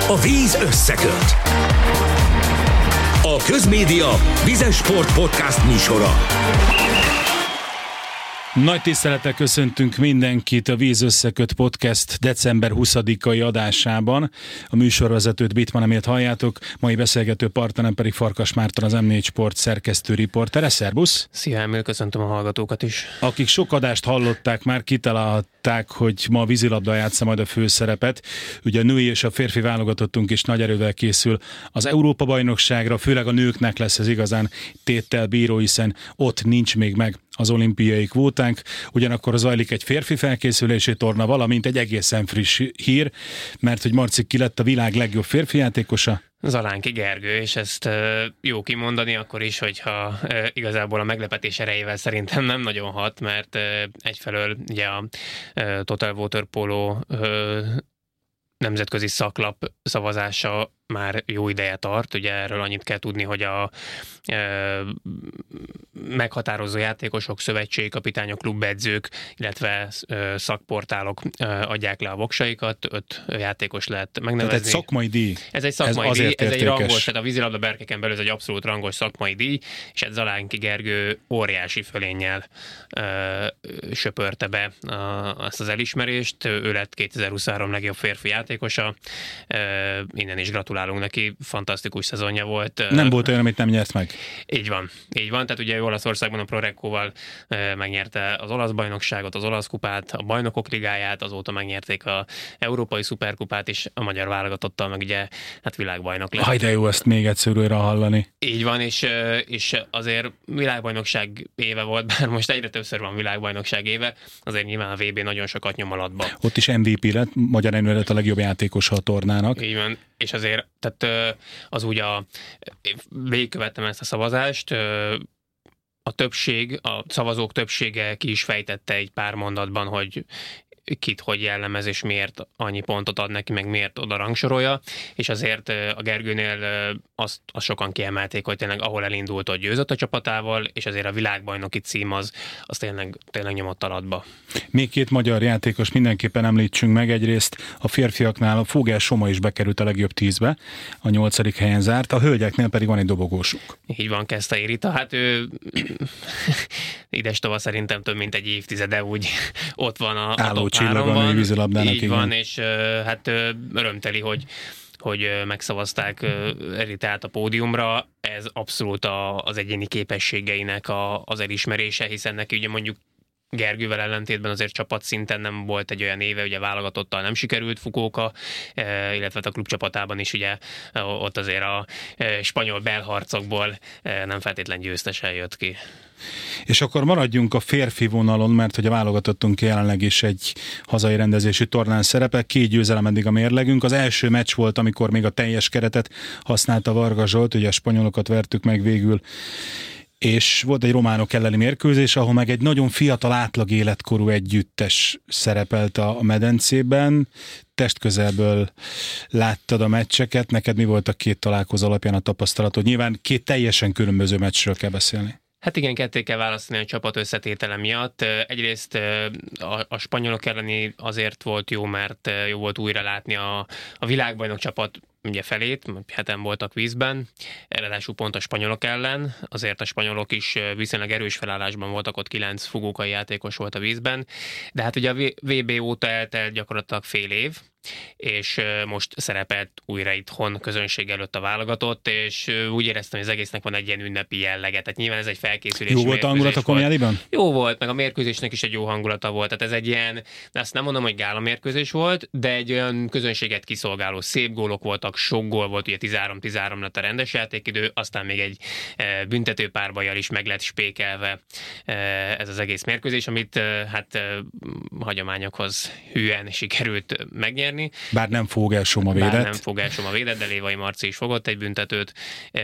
A víz összeköt. A Közmédia Vizes Sport Podcast műsora. Nagy tisztelettel köszöntünk mindenkit a Víz Összeköt Podcast december 20-ai adásában. A műsorvezetőt Bittmann Emilt halljátok, mai beszélgető partnerem pedig Farkas Márton, az M4 Sport szerkesztő riportere. Szerbusz! Szia Emil, köszöntöm a hallgatókat is. Akik sok adást hallották, már kitalálták, hogy ma a vízilabda játsza majd a főszerepet. Ugye a női és a férfi válogatottunk is nagy erővel készül az Európa-bajnokságra, főleg a nőknek lesz ez igazán téttel bíró, hiszen ott nincs még meg az olimpiai kvótánk, ugyanakkor zajlik egy férfi felkészülési torna, valamint egy egészen friss hír, mert hogy Marci ki lett a világ legjobb férfi játékosa. Zalánki Gergő, és ezt jó kimondani akkor is, hogyha igazából a meglepetés erejével szerintem nem nagyon hat, mert egyfelől ugye a Total Water Polo nemzetközi szaklap szavazása már jó ideje tart. Ugye erről annyit kell tudni, hogy a meghatározó játékosok, szövetségkapitányok, klubedzők, illetve szakportálok adják le a voksaikat. 5 játékos lehet megnevezni. Tehát egy szakmai díj. Ez egy szakmai díj, ez egy rangos, tehát a vízilabda berkeken belül ez egy abszolút rangos szakmai díj, és ez Zalánki Gergő óriási fölénnyel söpörte be azt az elismerést. Ő lett 2023 legjobb férfi játékosa. Innen is gratulálunk neki, fantasztikus szezonja volt. Nem volt olyan, amit nem nyert meg. Így van. Tehát ugye Olaszországban a Prorekkóval megnyerte az olasz bajnokságot, az olasz kupát, a bajnokok ligáját, azóta megnyerték az európai szuperkupát, és a magyar válogatottal meg ugye hát világbajnok lett. De jó ezt még egyszer újra hallani. Így van, és azért világbajnokság éve volt, bár most egyre többször van világbajnokság éve, azért nyilván a VB nagyon sokat nyom alatba. Ott is MVP lett, magyar emlő lett a legjobb játékos a tornának. Így van, és azért tehát az úgy végigkövettem ezt a szavazást, a többség, a szavazók többsége ki is fejtette egy pár mondatban, hogy kit hogy jellemez, és miért annyi pontot ad neki, meg miért oda rangsorolja, és azért a Gergőnél azt sokan kiemelték, hogy tényleg ahol elindult, hogy győzött a csapatával, és azért a világbajnoki cím az tényleg nyomott alatba. Még 2 magyar játékos mindenképpen említsünk meg. Egyrészt a férfiaknál a Fogel Soma is bekerült a legjobb 10-be, a 8. helyen zárt, a hölgyeknél pedig van egy dobogósuk. Így van, Kesztai Rita, hát ő idestova szerintem több mint egy évtizede úgy ott van a top 3-ban. Vízilabdának. Így van, és hát örömteli, hogy megszavazták Ritát a pódiumra. Ez abszolút az egyéni képességeinek az elismerése, hiszen neki ugye mondjuk Gergővel ellentétben azért csapatszinten nem volt egy olyan éve, ugye válogatottal nem sikerült Fukuoka, illetve a klubcsapatában is ugye ott azért a spanyol belharcokból nem feltétlen győztesen jött ki. És akkor maradjunk a férfi vonalon, mert hogy a válogatottunk jelenleg is egy hazai rendezésű tornán szerepel. 2 győzelem eddig a mérlegünk. Az első meccs volt, amikor még a teljes keretet használta Varga Zsolt, ugye a spanyolokat vertük meg végül, és volt egy románok elleni mérkőzés, ahol meg egy nagyon fiatal átlag életkorú együttes szerepelt a medencében. Testközelből láttad a meccseket, neked mi volt a 2 találkozó alapján a tapasztalatod? Nyilván 2 teljesen különböző meccsről kell beszélni. Hát igen, ketté kell választani a csapat összetétele miatt. Egyrészt a spanyolok elleni azért volt jó, mert jó volt újra látni a világbajnok csapat ugye felét, heten voltak vízben, ráadásul pont a spanyolok ellen, azért a spanyolok is viszonylag erős felállásban voltak, ott 9 fugókai játékos volt a vízben, de hát ugye a VB óta eltelt gyakorlatilag fél év, és most szerepelt újra itthon közönség előtt a válogatott, és úgy éreztem, hogy az egésznek van egy ilyen ünnepi jellege, tehát nyilván ez egy felkészülési jó volt a hangulat a Komjádiban? Jó volt, meg a mérkőzésnek is egy jó hangulata volt, tehát ez egy ilyen, de azt nem mondom, hogy gála mérkőzés volt, de egy olyan közönséget kiszolgáló szép gólok voltak, sok gól volt, ugye 13-13 lett a rendes játékidő, aztán még egy büntető párbajjal is meg lett spékelve ez az egész mérkőzés, amit hát hagyományokhoz hűen sikerült megnyerni. Bár nem Fogel Soma védett. De Lévai Marci is fogott egy büntetőt,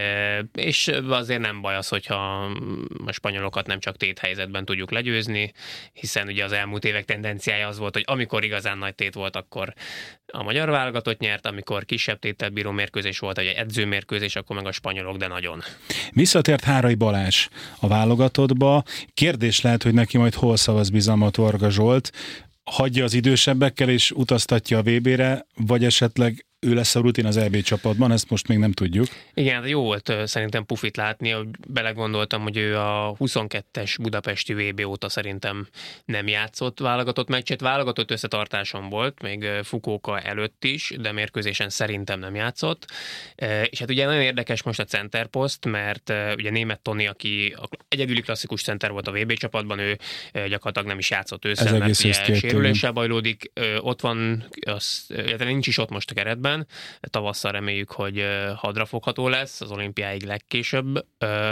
és azért nem baj az, hogyha a spanyolokat nem csak téthelyzetben tudjuk legyőzni, hiszen ugye az elmúlt évek tendenciája az volt, hogy amikor igazán nagy tét volt, akkor a magyar válogatott nyert, amikor kisebb téttel bíró mérkőzés volt, vagy egy edzőmérkőzés, akkor meg a spanyolok, de nagyon. Visszatért Hárai Balázs a válogatottba. Kérdés lehet, hogy neki majd hol szavaz bizalmat Varga Zsolt. Hagyja az idősebbekkel és utaztatja a VB-re, vagy esetleg ő lesz a rutin az EB csapatban, ezt most még nem tudjuk. Igen, jó volt szerintem Pufit látni, hogy belegondoltam, hogy ő a 22-es budapesti VB óta szerintem nem játszott válogatott meccset, válogatott összetartáson volt, még Fukuoka előtt is, de mérkőzésen szerintem nem játszott. És hát ugye nagyon érdekes most a centerposzt, mert ugye Németh Toni, aki egyedüli klasszikus center volt a VB csapatban, ő gyakorlatilag nem is játszott ősszel, mert ugye sérüléssel bajlódik, ott van, nincs is ott most a keretben, tavasszal reméljük, hogy hadrafogható lesz, az olimpiáig legkésőbb,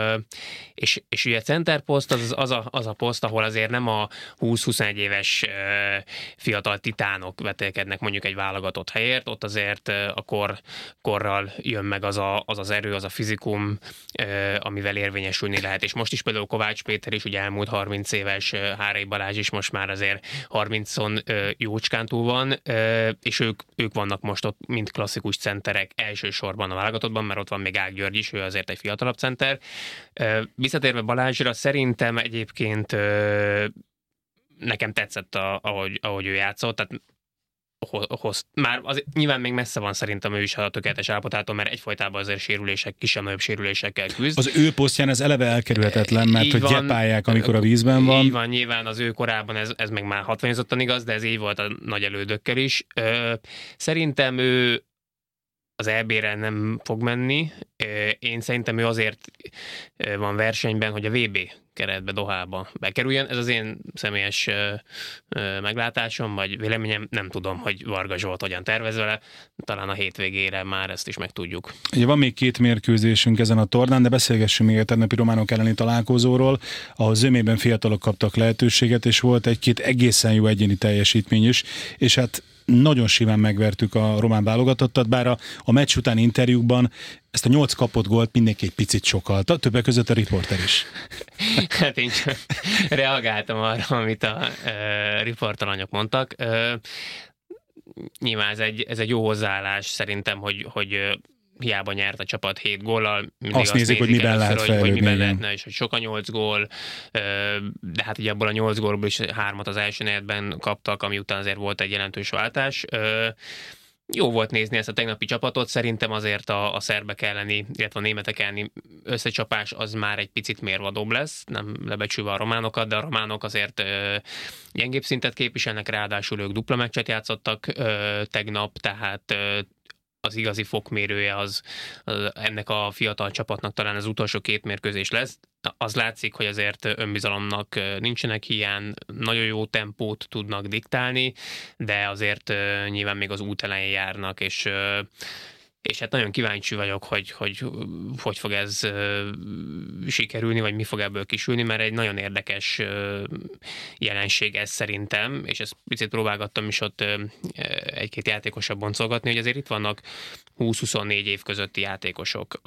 és ugye a centerposzt az a poszt, ahol azért nem a 20-21 éves fiatal titánok vetélkednek mondjuk egy válogatott helyért, ott azért a korral jön meg az erő, az a fizikum, amivel érvényesülni lehet, és most is például Kovács Péter is ugye elmúlt 30 éves, Hárai Balázs is most már azért 30-on jócskán túl van, és ők vannak most ott, mint klasszikus centerek elsősorban a válogatottban, mert ott van még Ág György is, ő azért egy fiatalabb center. Visszatérve Balázsra, szerintem egyébként nekem tetszett, ahogy ő játszott, tehát már nyilván még messze van szerintem ő is a tökéletes állapotától, mert egyfajtában azért kisebb-nagyobb sérülésekkel küzd. Az ő posztján ez eleve elkerülhetetlen, mert hogy gyepálják, amikor a vízben van. Így van, nyilván az ő korában ez meg már 60-ozottan igaz, de ez így volt a nagy elődökkel is. Szerintem ő az EB-re nem fog menni. Én szerintem ő azért van versenyben, hogy a VB keretbe, Dohába bekerüljön. Ez az én személyes meglátásom, vagy véleményem, nem tudom, hogy Varga Zsolt hogyan tervez vele, talán a hétvégére már ezt is megtudjuk. Ugye van még 2 mérkőzésünk ezen a tornán, de beszélgessünk még a tegnapi románok elleni találkozóról, ahol zömében fiatalok kaptak lehetőséget, és volt egy-két egészen jó egyéni teljesítmény is, és hát nagyon simán megvertük a román válogatottat, bár a meccs utáni interjúkban ezt a 8 kapott gólt mindenki egy picit sokalta, többek között a riporter is. Hát én csak reagáltam arra, amit a riportalanyok mondtak. Nyilván ez egy jó hozzáállás szerintem, hogy hiába nyert a csapat 7 góllal. Azt nézik, hogy miben lehet fejlődni. Hogy miben lehetne, és hogy sok a 8 gól, de hát ugye abból a 8 gólból is 3-at az első negyedben kaptak, ami után azért volt egy jelentős váltás. Jó volt nézni ezt a tegnapi csapatot, szerintem azért a szerbek elleni, illetve a németek elleni összecsapás az már egy picit mérvadóbb lesz, nem lebecsülve a románokat, de a románok azért gyengébb szintet képviselnek, ráadásul ők dupla meccset játszottak tegnap, tehát az igazi fokmérője az ennek a fiatal csapatnak talán az utolsó 2 mérkőzés lesz. Az látszik, hogy azért önbizalomnak nincsenek hiány, nagyon jó tempót tudnak diktálni, de azért nyilván még az út elején járnak, és hát nagyon kíváncsi vagyok, hogy fog ez sikerülni, vagy mi fog ebből kisülni, mert egy nagyon érdekes jelenség ez szerintem, és ezt picit próbálgattam is ott egy-két játékosabb boncolgatni, hogy azért itt vannak 20-24 év közötti játékosok,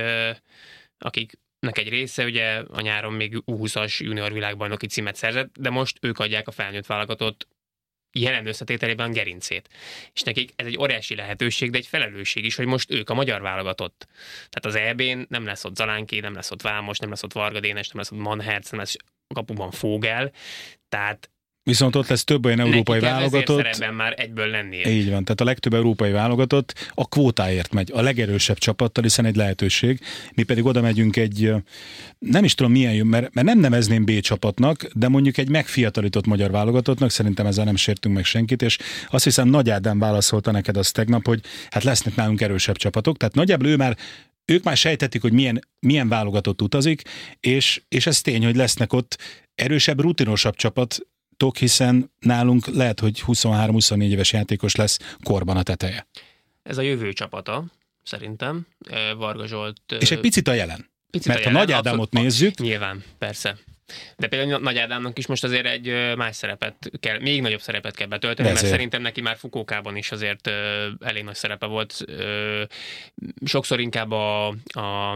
akiknek egy része ugye a nyáron még U20-as junior világbajnoki címet szerzett, de most ők adják a felnőtt válogatott jelen összetételében gerincét. És nekik ez egy óriási lehetőség, de egy felelősség is, hogy most ők a magyar válogatott. Tehát az EB-n nem lesz ott Zalánki, nem lesz ott Vámos, nem lesz ott Varga Dénes, nem lesz ott Manherc, nem lesz a kapuban Fogel. Tehát viszont ott lesz több olyan európai válogatott. Szerepben már egyből lennie. Így van, tehát a legtöbb európai válogatott a kvótáért megy, a legerősebb csapattal, hiszen egy lehetőség. Mi pedig oda megyünk egy, nem is tudom milyen jó, mert nem nevezném B csapatnak, de mondjuk egy megfiatalított magyar válogatottnak, szerintem ezzel nem sértünk meg senkit, és azt hiszem Nagy Ádám válaszolta neked azt tegnap, hogy hát lesznek nálunk erősebb csapatok, tehát nagyjából ők már sejtetik, hogy milyen válogatott utazik, és ez tény, hogy lesznek ott erősebb, rutinosabb csapat, hiszen nálunk lehet, hogy 23-24 éves játékos lesz korban a teteje. Ez a jövő csapata, szerintem. Varga Zsolt... És egy picit a jelen. Mert ha Nagy Ádámot nézzük... Nyilván, persze. De például Nagy Ádámnak is most azért egy más szerepet kell, még nagyobb szerepet kell betölteni, mert szerintem neki már Fukuokában is azért elég nagy szerepe volt. Sokszor inkább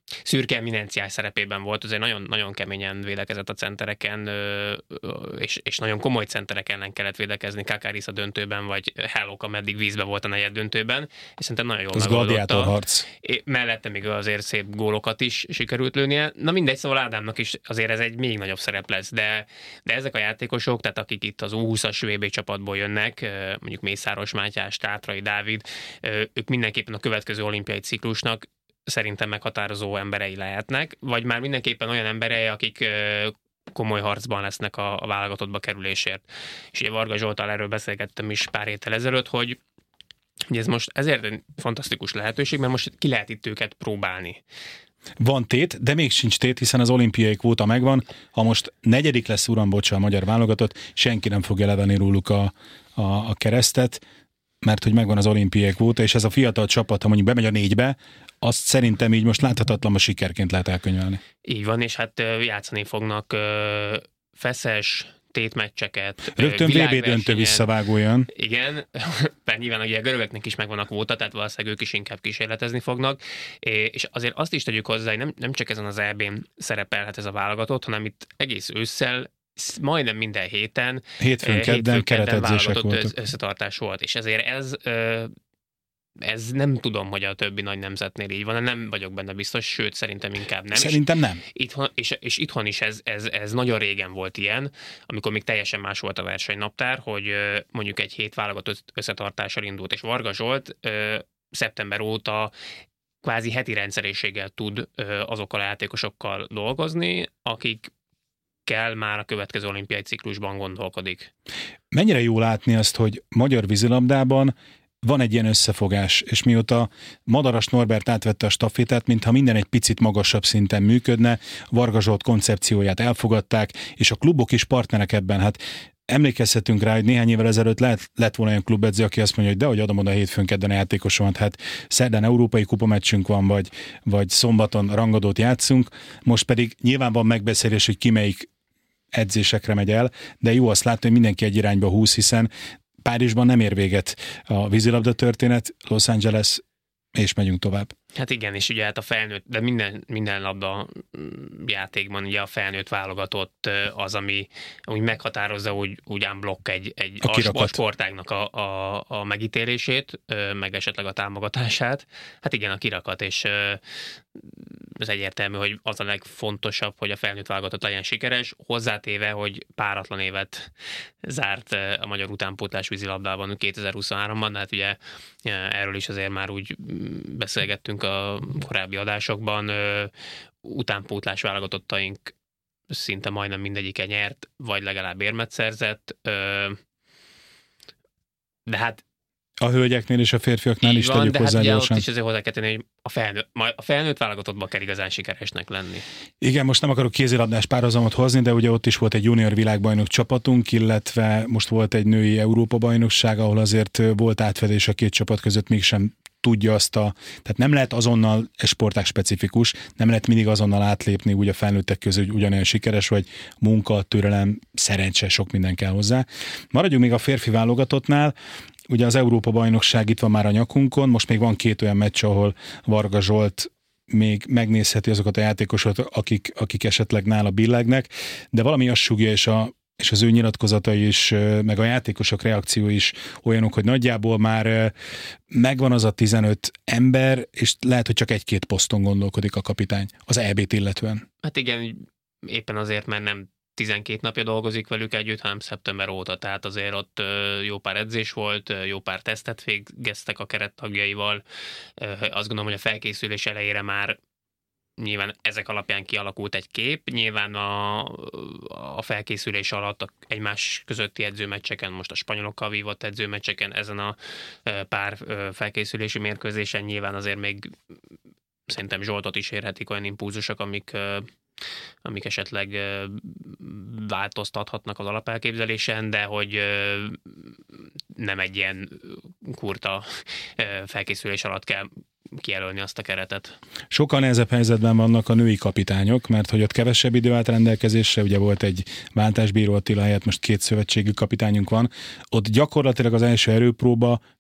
szürke eminenciás szerepében volt, azért nagyon, nagyon keményen védekezett a centereken, és nagyon komoly centerek ellen kellett védekezni, Kakaris a döntőben, vagy Hellóka meddig vízbe volt a negyed döntőben, és szerintem nagyon jól megoldotta. Harc. Mellette még azért szép gólokat is sikerült lőnie. Na mindegy, szóval Ádámnak is azért ez egy még nagyobb szerep lesz, de ezek a játékosok, tehát akik itt az U20-as VB csapatból jönnek, mondjuk Mészáros Mátyás, Tátrai Dávid, ők mindenképpen a következő olimpiai ciklusnak szerintem meghatározó emberei lehetnek, vagy már mindenképpen olyan emberei, akik komoly harcban lesznek a válogatottba kerülésért. És ugye Varga Zsolttal erről beszélgettem is pár héttel ezelőtt, hogy ez most ezért egy fantasztikus lehetőség, mert most ki lehet itt őket próbálni. Van tét, de még sincs tét, hiszen az olimpiai kvóta megvan. Ha most negyedik lesz, uram, bocsa, a magyar válogatott, senki nem fogja levenni róluk a keresztet, mert hogy megvan az olimpiai kvóta, és ez a fiatal csapat, ha mondjuk bemegy a 4-be, azt szerintem így most láthatatlan a sikerként lehet elkönyvelni. Így van, és hát játszani fognak feszes tétmeccseket. Rögtön VB döntő visszavágó jön. Igen, mert nyilván ugye a görögöknek is megvan a kvóta, tehát valószínűleg ők is inkább kísérletezni fognak, és azért azt is tegyük hozzá, hogy nem csak ezen az EB-n szerepelhet ez a válogatott, hanem itt egész ősszel majdnem minden héten hétfőn kedden keretedzések voltak. Összetartás volt, és ezért ez nem tudom, hogy a többi nagy nemzetnél így van, nem vagyok benne biztos, sőt, szerintem inkább nem. Szerintem nem. És itthon is ez nagyon régen volt ilyen, amikor még teljesen más volt a versenynaptár, hogy mondjuk egy 7 válogatott összetartással indult, és Varga Zsolt szeptember óta kvázi heti rendszerességgel tud azokkal a játékosokkal dolgozni, akik kell már a következő olimpiai ciklusban gondolkodik. Mennyire jó látni azt, hogy magyar vízilabdában van egy ilyen összefogás, és mióta Madaras Norbert átvette a stafétát, mintha minden egy picit magasabb szinten működne, Varga Zsolt koncepcióját elfogadták, és a klubok is partnerek ebben. Hát emlékezhetünk rá, hogy néhány évvel ezelőtt lett volna olyan klubedző, aki azt mondja, hogy dehogy adom oda hétfőn kedden a játékosomat, hát szerdán európai kupameccsünk van, vagy szombaton rangadót játszunk, most pedig nyilván van megbeszélés, hogy ki melyik edzésekre megy el, de jó azt látni, hogy mindenki egy irányba húz, hiszen Párizsban nem ér véget a vízilabda történet, Los Angeles, és megyünk tovább. Hát igen, és ugye hát a felnőtt, de minden labda játékban ugye a felnőtt válogatott az, ami meghatározza úgy unblock a sportágnak a megítélését, meg esetleg a támogatását. Hát igen, a kirakat, és ez egyértelmű, hogy az a legfontosabb, hogy a felnőtt válogatott legyen sikeres, hozzátéve, hogy páratlan évet zárt a magyar utánpótlás vízilabdában 2023-ban, hát ugye erről is azért már úgy beszélgettünk a korábbi adásokban, utánpótlás válogatottaink szinte majdnem mindegyike nyert, vagy legalább érmet szerzett, de hát a hölgyeknél és a férfiaknál is tegyük hozzá gyorsan. Hát ott is azért hozzá kell tenni, hogy a felnőtt válogatottban kell igazán sikeresnek lenni. Igen, most nem akarok kézilabdás párhuzamot hozni, de ugye ott is volt egy junior világbajnok csapatunk, illetve most volt egy női Európa-bajnokság, ahol azért volt átfedés a két csapat között, mégsem tudja tehát nem lehet azonnal sportág specifikus, nem lehet mindig azonnal átlépni úgy a felnőttek közül, hogy ugyanolyan sikeres vagy, munka, türelem, szerencse, sok minden kell hozzá. Maradjunk még a férfi válogatottnál. Ugye az Európa-bajnokság itt van már a nyakunkon, most még van 2 olyan meccs, ahol Varga Zsolt még megnézheti azokat a játékosokat, akik esetleg nála billegnek, de valami azt sugja, és az ő nyilatkozatai is, meg a játékosok reakciói is olyanok, hogy nagyjából már megvan az a 15 ember, és lehet, hogy csak 1-2 poszton gondolkodik a kapitány az EB-t illetően. Hát igen, éppen azért, mert nem 12 napja dolgozik velük együtt, hanem szeptember óta, tehát azért ott jó pár edzés volt, jó pár tesztet végeztek a kerettagjaival. Azt gondolom, hogy a felkészülés elejére már nyilván ezek alapján kialakult egy kép, nyilván a felkészülés alatt egymás közötti edzőmeccseken, most a spanyolokkal vívott edzőmeccseken, ezen a pár felkészülési mérkőzésen nyilván azért még szerintem Zsoltot is érhetik olyan impulzusok, amik esetleg változtathatnak az alapelképzelésen, de hogy nem egy ilyen kurta felkészülés alatt kell kijelölni azt a keretet. Sokkal nehezebb helyzetben vannak a női kapitányok, mert hogy ott kevesebb idő állt rendelkezésre, ugye volt egy váltásbíró Attila helyett, most 2 szövetségi kapitányunk van. Ott gyakorlatilag az első erőpróba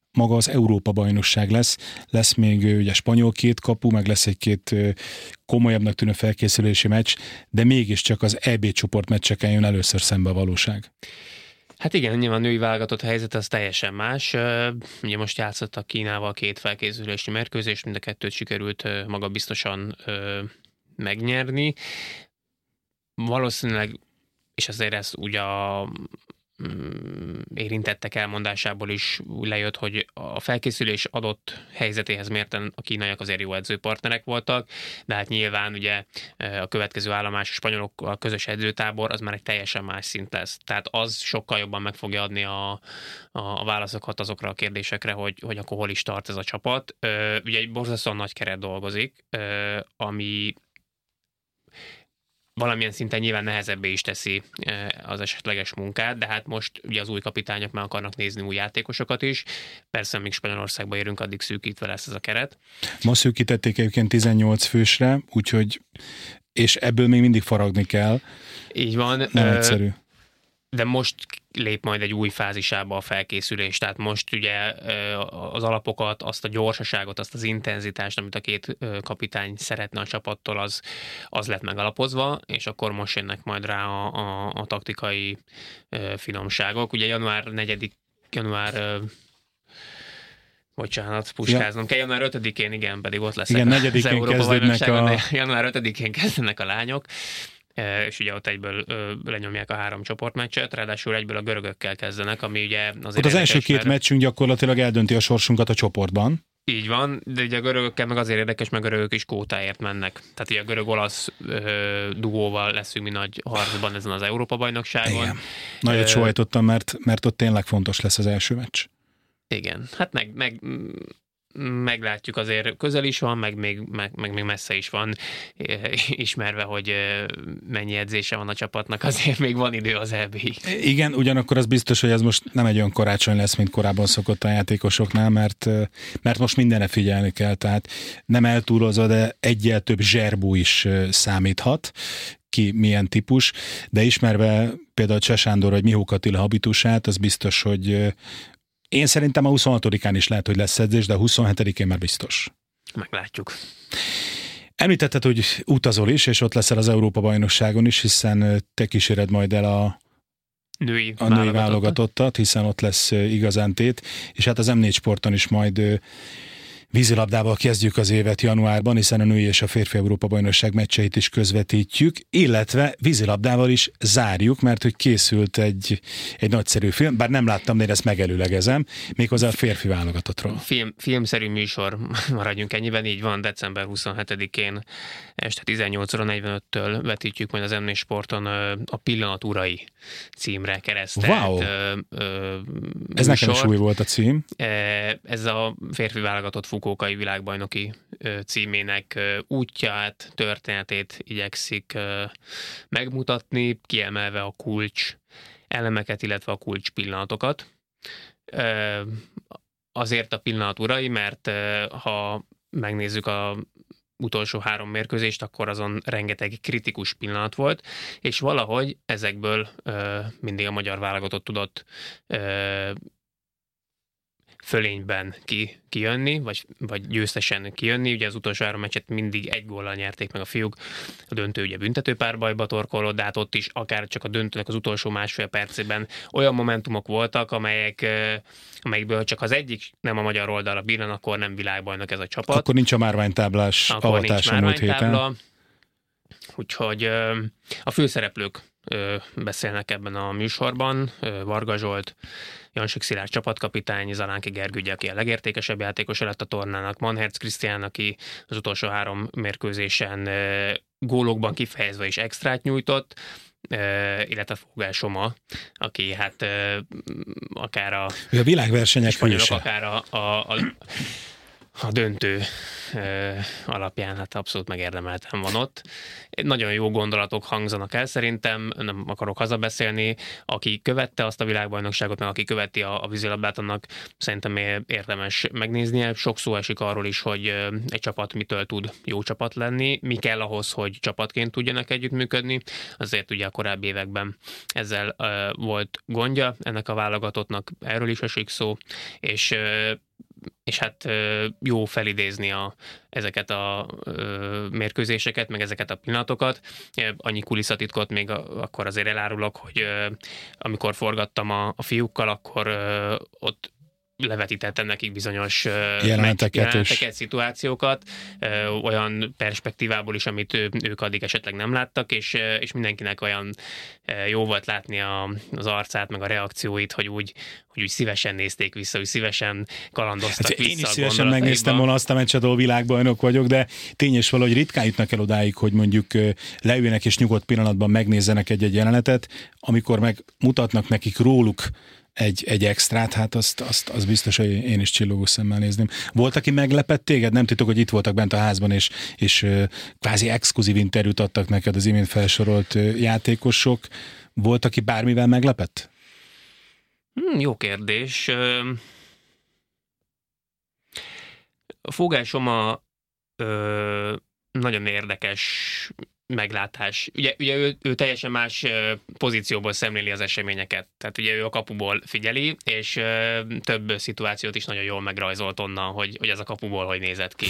maga az Európa-bajnokság lesz még ugye spanyol két kapu, meg lesz egy-két komolyabbnak tűnő felkészülési meccs, de mégiscsak az EB csoportmeccseken jön először szembe a valóság. Hát igen, nyilván a női válogatott helyzet az teljesen más. Ugye most játszottak Kínával 2 felkészülési mérkőzést, mind a 2 sikerült magabiztosan megnyerni. Valószínűleg, és azért ez ugye a érintettek elmondásából is lejött, hogy a felkészülés adott helyzetéhez mérten a kínaiak azért jó edzőpartnerek voltak, de hát nyilván ugye a következő állomás a spanyolokkal közös edzőtábor az már egy teljesen más szint lesz. Tehát az sokkal jobban meg fogja adni a válaszokat azokra a kérdésekre, hogy akkor hol is tart ez a csapat. Ugye egy borzasztóan nagy keret dolgozik, ami valamilyen szinten nyilván nehezebbé is teszi az esetleges munkát, de hát most ugye az új kapitányok már akarnak nézni új játékosokat is. Persze, amíg Spanyolországba érünk, addig szűkítve lesz ez a keret. Ma szűkítették egyébként 18 fősre, úgyhogy, és ebből még mindig faragni kell. Így van. Nem egyszerű. De most lép majd egy új fázisába a felkészülés, tehát most ugye az alapokat, azt a gyorsaságot, azt az intenzitást, amit a 2 kapitány szeretne a csapattól, az lett megalapozva, és akkor most jönnek majd rá a taktikai finomságok. Ugye puskáznom kell. Január 5-én, igen, pedig ott leszek. Igen, 4-én kezdődnek január 5-én kezdenek a lányok, és ugye ott egyből lenyomják a 3 csoportmeccset, ráadásul egyből a görögökkel kezdenek, ami ugye azért... Ott az első 2 meccsünk gyakorlatilag eldönti a sorsunkat a csoportban. Így van, de ugye a görögökkel meg azért érdekes, mert a görögök is kvótáért mennek. Tehát ugye a görög-olasz dugóval leszünk mi nagy harcban ezen az Európa-bajnokságon. Igen. Nagyot sóhajtottam, mert ott tényleg fontos lesz az első meccs. Igen, hát meglátjuk, azért közel is van, meg még messze is van, ismerve, hogy mennyi edzése van a csapatnak, azért még van idő az EB-ig. Igen, ugyanakkor az biztos, hogy ez most nem egy olyan karácsony lesz, mint korábban szokott a játékosoknál, mert most mindenre figyelni kell, tehát nem eltúlozva, de egyel több zserbú is számíthat, ki milyen típus, de ismerve például Cseh Sándor vagy Mihók Attila habitusát, az biztos, hogy én szerintem a 26-án is lehet, hogy lesz edzés, de a 27-én már biztos. Meglátjuk. Említetted, hogy utazol is, és ott leszel az Európa-bajnokságon is, hiszen te kíséred majd el a női válogatottat, hiszen ott lesz igazán tét, és hát az M4 Sporton is majd vízilabdával kezdjük az évet januárban, hiszen a női és a férfi Európa-bajnokság meccseit is közvetítjük, illetve vízilabdával is zárjuk, mert hogy készült egy nagyszerű film, bár nem láttam, de én ezt megelőlegezem, méghozzá a férfi válogatottról. Filmszerű műsor, maradjunk ennyiben, így van, december 27-én este 18:45-től vetítjük majd az M4 Sporton a Pillanat urai címre keresztelt. Wow! Ez nekem is új volt a cím. Ez a férfi válogatott Fukuokai világbajnoki címének útját, történetét igyekszik megmutatni, kiemelve a kulcs elemeket, illetve a kulcs pillanatokat. Azért a pillanat urai, mert ha megnézzük a utolsó 3 mérkőzést, akkor azon rengeteg kritikus pillanat volt, és valahogy ezekből mindig a magyar válogatott tudott fölényben kijönni, vagy győztesen kijönni. Ugye az utolsó 3 meccset mindig 1 góllal nyerték meg a fiúk. A döntő ugye büntetőpárbajba torkolott, de hát ott is akár csak a döntőnek az utolsó másfél percében olyan momentumok voltak, amelyekből csak az egyik nem a magyar oldalra billen, akkor nem világbajnok ez a csapat. Akkor nincs a márványtáblás avatása múlt héten. Úgyhogy a főszereplők beszélnek ebben a műsorban. Varga Zsolt, Jansik Szilárd csapatkapitány, Zalánki Gergő, aki a legértékesebb játékosa lett a tornának, Manherc Krisztián, aki az utolsó 3 mérkőzésen gólokban kifejezve is extrát nyújtott, illetve Fogel Soma, aki hát akár a világversenyek spanyolok, akár a döntő alapján hát abszolút megérdemeltem van ott. Nagyon jó gondolatok hangzanak el szerintem, nem akarok hazabeszélni. Aki követte azt a világbajnokságot, meg aki követi a vízilabdát, annak szerintem érdemes megnéznie. Sok szó esik arról is, hogy egy csapat mitől tud jó csapat lenni, mi kell ahhoz, hogy csapatként tudjanak együttműködni. Azért ugye a korábbi években ezzel volt gondja ennek a válogatottnak, erről is esik szó, és hát jó felidézni ezeket a mérkőzéseket, meg ezeket a pillanatokat. Annyi kulisszatitkot még akkor azért elárulok, hogy amikor forgattam a fiúkkal, akkor ott levetítettem nekik bizonyos jeleneteket, szituációkat, olyan perspektívából is, amit ők addig esetleg nem láttak, és mindenkinek olyan jó volt látni az arcát, meg a reakcióit, hogy úgy szívesen nézték vissza, hogy szívesen kalandoztak vissza. Én is szívesen megnéztem volna azt a meccset, ahol világbajnok vagyok, de tényes valahogy ritkán jutnak el odáig, hogy mondjuk leüljenek és nyugodt pillanatban megnézzenek egy-egy jelenetet, amikor megmutatnak nekik róluk egy extrát, hát az biztos, hogy én is csillogó szemmel nézném. Volt, aki meglepett téged? Nem titok, hogy itt voltak bent a házban, és kvázi exkluzív interjút adtak neked az imént felsorolt játékosok. Volt, aki bármivel meglepett? Jó kérdés. A Fogás nagyon érdekes meglátás. Ugye ő teljesen más pozícióból szemléli az eseményeket. Tehát ugye ő a kapuból figyeli, és több szituációt is nagyon jól megrajzolt onnan, hogy ez a kapuból hogy nézett ki.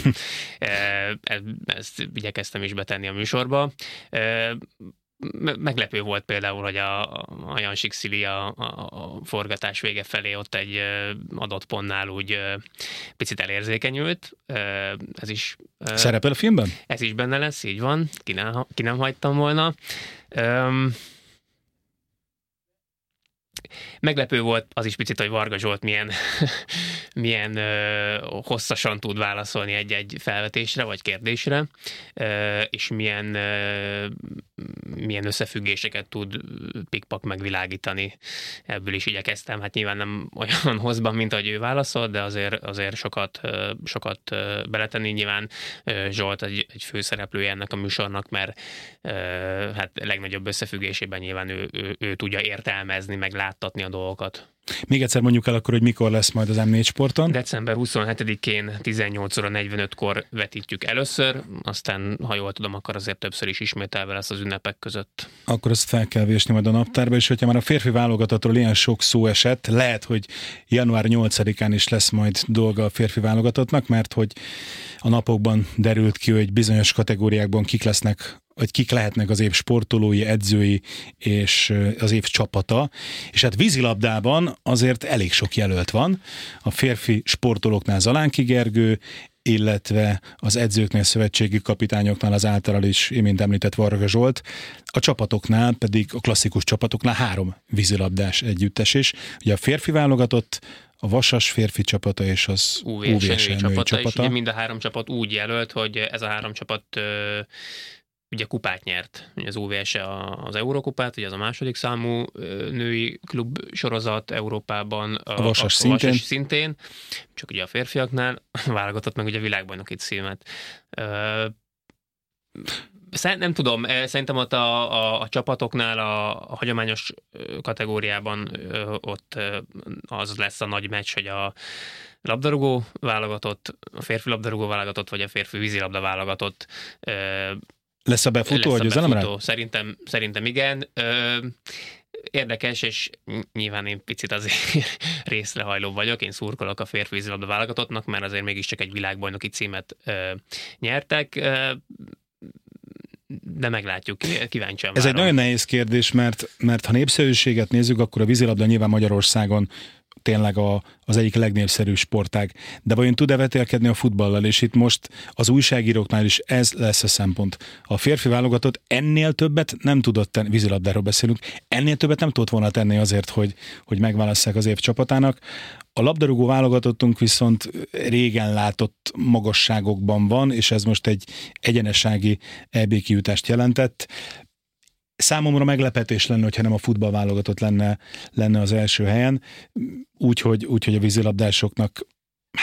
Ezt igyekeztem is betenni a műsorba. Meglepő volt például, hogy a Jansik Szili a forgatás vége felé ott egy adott pontnál úgy picit elérzékenyült. Ez is... Szerepel a filmben? Ez is benne lesz, így van. Ki nem hagytam volna. Meglepő volt az is picit, hogy Varga Zsolt milyen hosszasan tud válaszolni egy-egy felvetésre vagy kérdésre, és milyen összefüggéseket tud pikpak megvilágítani. Ebből is igyekeztem. Hát nyilván nem olyan hosszban, mint ahogy ő válaszol, de azért sokat beletenni. Nyilván Zsolt egy főszereplője ennek a műsornak, mert hát legnagyobb összefüggésében nyilván ő tudja értelmezni, meg láttatni a dolgokat. Még egyszer mondjuk el akkor, hogy mikor lesz majd az M4 Sporton. December 27-én 18 óra 45-kor vetítjük először, aztán, ha jól tudom, akkor azért többször is ismételve lesz az ünnepek között. Akkor ezt fel kell vésni majd a naptárba, és hogyha már a férfi válogatottról ilyen sok szó esett, lehet, hogy január 8-án is lesz majd dolga a férfi válogatottnak, mert hogy a napokban derült ki, hogy bizonyos kategóriákban kik lehetnek az év sportolói, edzői és az év csapata, és hát vízilabdában azért elég sok jelölt van. A férfi sportolóknál Zalánki Gergő, illetve az edzőknél, szövetségi kapitányoknál az által is imént említett Varga Zsolt, a csapatoknál pedig, a klasszikus csapatoknál 3 vízilabdás együttes is. Ugye a férfi válogatott, a Vasas férfi csapata és az UVS női csapata. És ugye mind a 3 csapat úgy jelölt, hogy ez a 3 csapat ugye kupát nyert. Az UVS az Eurokupát, ugye az a második számú női klub sorozat Európában. A Vasas szintén. Csak ugye a férfiaknál válogatott meg ugye a világbajnoki címet. Nem tudom, szerintem ott a csapatoknál a hagyományos kategóriában ott az lesz a nagy meccs, hogy a labdarúgó válogatott, a férfi labdarúgó válogatott, vagy a férfi vízilabda válogatott lesz a befutó, hogy Szerintem igen. Érdekes, és nyilván én picit azért részrehajló vagyok, én szurkolok a férfi vízilabda válogatottnak, mert azért mégiscsak egy világbajnoki címet nyertek, de meglátjuk, kíváncsian várom. Ez egy nagyon nehéz kérdés, mert ha népszerűséget nézzük, akkor a vízilabda nyilván Magyarországon tényleg az egyik legnépszerűbb sportág. De vajon tud-e vetélkedni a futballal? És itt most az újságíróknál is ez lesz a szempont. A férfi válogatott ennél többet nem tudott tenni, vízilabdáról beszélünk, ennél többet nem tudott volna tenni azért, hogy megválasszák az év csapatának. A labdarúgó válogatottunk viszont régen látott magasságokban van, és ez most egy egyenessági EB kijutást jelentett. Számomra meglepetés lenne, hogyha nem a futballválogatott lenne az első helyen, úgyhogy a vízilabdásoknak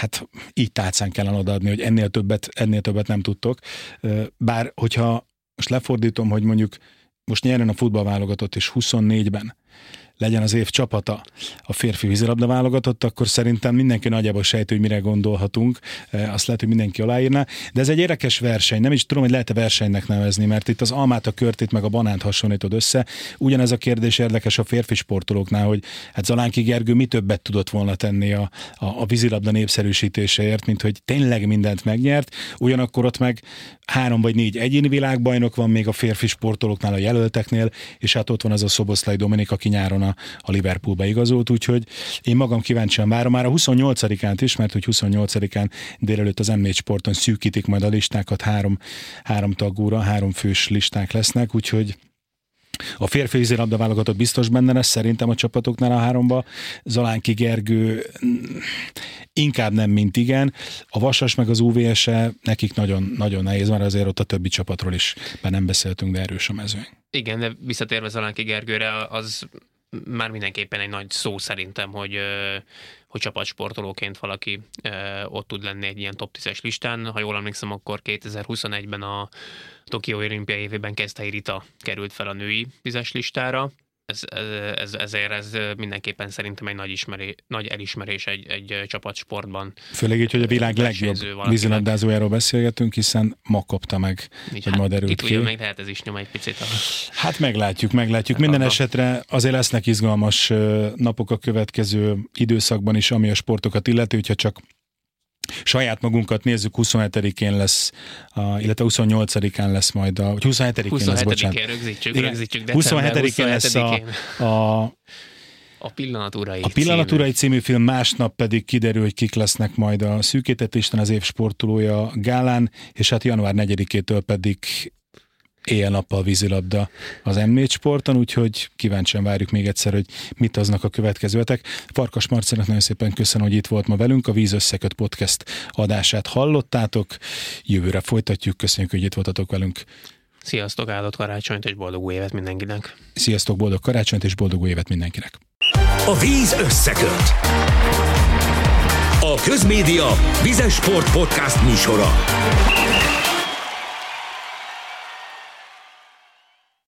hát így tálcán kellene odaadni, hogy ennél többet nem tudtok. Bár, hogyha most lefordítom, hogy mondjuk most nyerjen a futballválogatott, és 24-ben legyen az év csapata a férfi vízilabda válogatott, akkor szerintem mindenki nagyjából sejtő, hogy mire gondolhatunk, azt lehet, hogy mindenki aláírná, de ez egy érdekes verseny, nem is tudom, hogy lehet-e versenynek nevezni, mert itt az almát, a körtét meg a banánt hasonlítod össze. Ugyanez a kérdés érdekes a férfi sportolóknál, hogy hát Zalánki Gergő mi többet tudott volna tenni a vízilabda népszerűsítéséért, mint hogy tényleg mindent megnyert, ugyanakkor ott meg 3 vagy 4 egyéni világbajnok van még a férfi sportolóknál, a jelölteknél, és hát ott van az a Szoboszlai Dominik, aki nyáron a Liverpoolba igazolt, úgyhogy én magam kíváncsian várom már a 28-án is, mert hogy 28-án délelőtt az M4 Sporton szűkítik majd a listákat, 3 tagúra, 3 fős listák lesznek, úgyhogy a férfi vízilabda válogatott biztos benne lesz, szerintem a csapatoknál a 3-ba. Zalánki Gergő inkább nem, mint igen. A Vasas meg az UVS-e nekik nagyon, nagyon nehéz, mert azért ott a többi csapatról is nem beszéltünk, de erős a mezőny. Igen, de visszatérve Zalánki Gergőre, az már mindenképpen egy nagy szó szerintem, hogy csapatsportolóként valaki ott tud lenni egy ilyen top 10-es listán. Ha jól emlékszem, akkor 2021-ben a Tokiói Olimpia évében Keszthelyi Rita került fel a női 10-es listára. Ezért ez mindenképpen szerintem egy nagy elismerés egy csapatsportban. Főleg így, hogy a világ legjobb vízilabdázójáról beszélgetünk, hiszen ma kapta meg, így, hogy ma derült ki. Meg lehet ez is nyom egy picit. Hát meglátjuk. Minden esetre azért lesznek izgalmas napok a következő időszakban is, ami a sportokat illeti, hogyha csak saját magunkat nézzük, 27-én lesz, illetve 28-án lesz majd a 27-én lesz, bocsánat. Rögzítsük, 27-én lesz a Pillanaturai A Pillanaturai című film, másnap pedig kiderül, hogy kik lesznek majd a szűkített Isten az év sportolója gálán, és hát január 4-től pedig éjjel-nappal vízilabda az M4 Sporton, úgyhogy kíváncsian várjuk még egyszer, hogy mit hoznak a következőek. Farkas Marcinak nagyon szépen köszönöm, hogy itt volt ma velünk, a Víz Összeköt podcast adását hallottátok, jövőre folytatjuk, köszönjük, hogy itt voltatok velünk. Sziasztok, áldott karácsonyt és boldog új évet mindenkinek. Sziasztok, boldog karácsonyt és boldog új évet mindenkinek. A Víz Összeköt. A Közmédia Vizes Sport podcast műsora.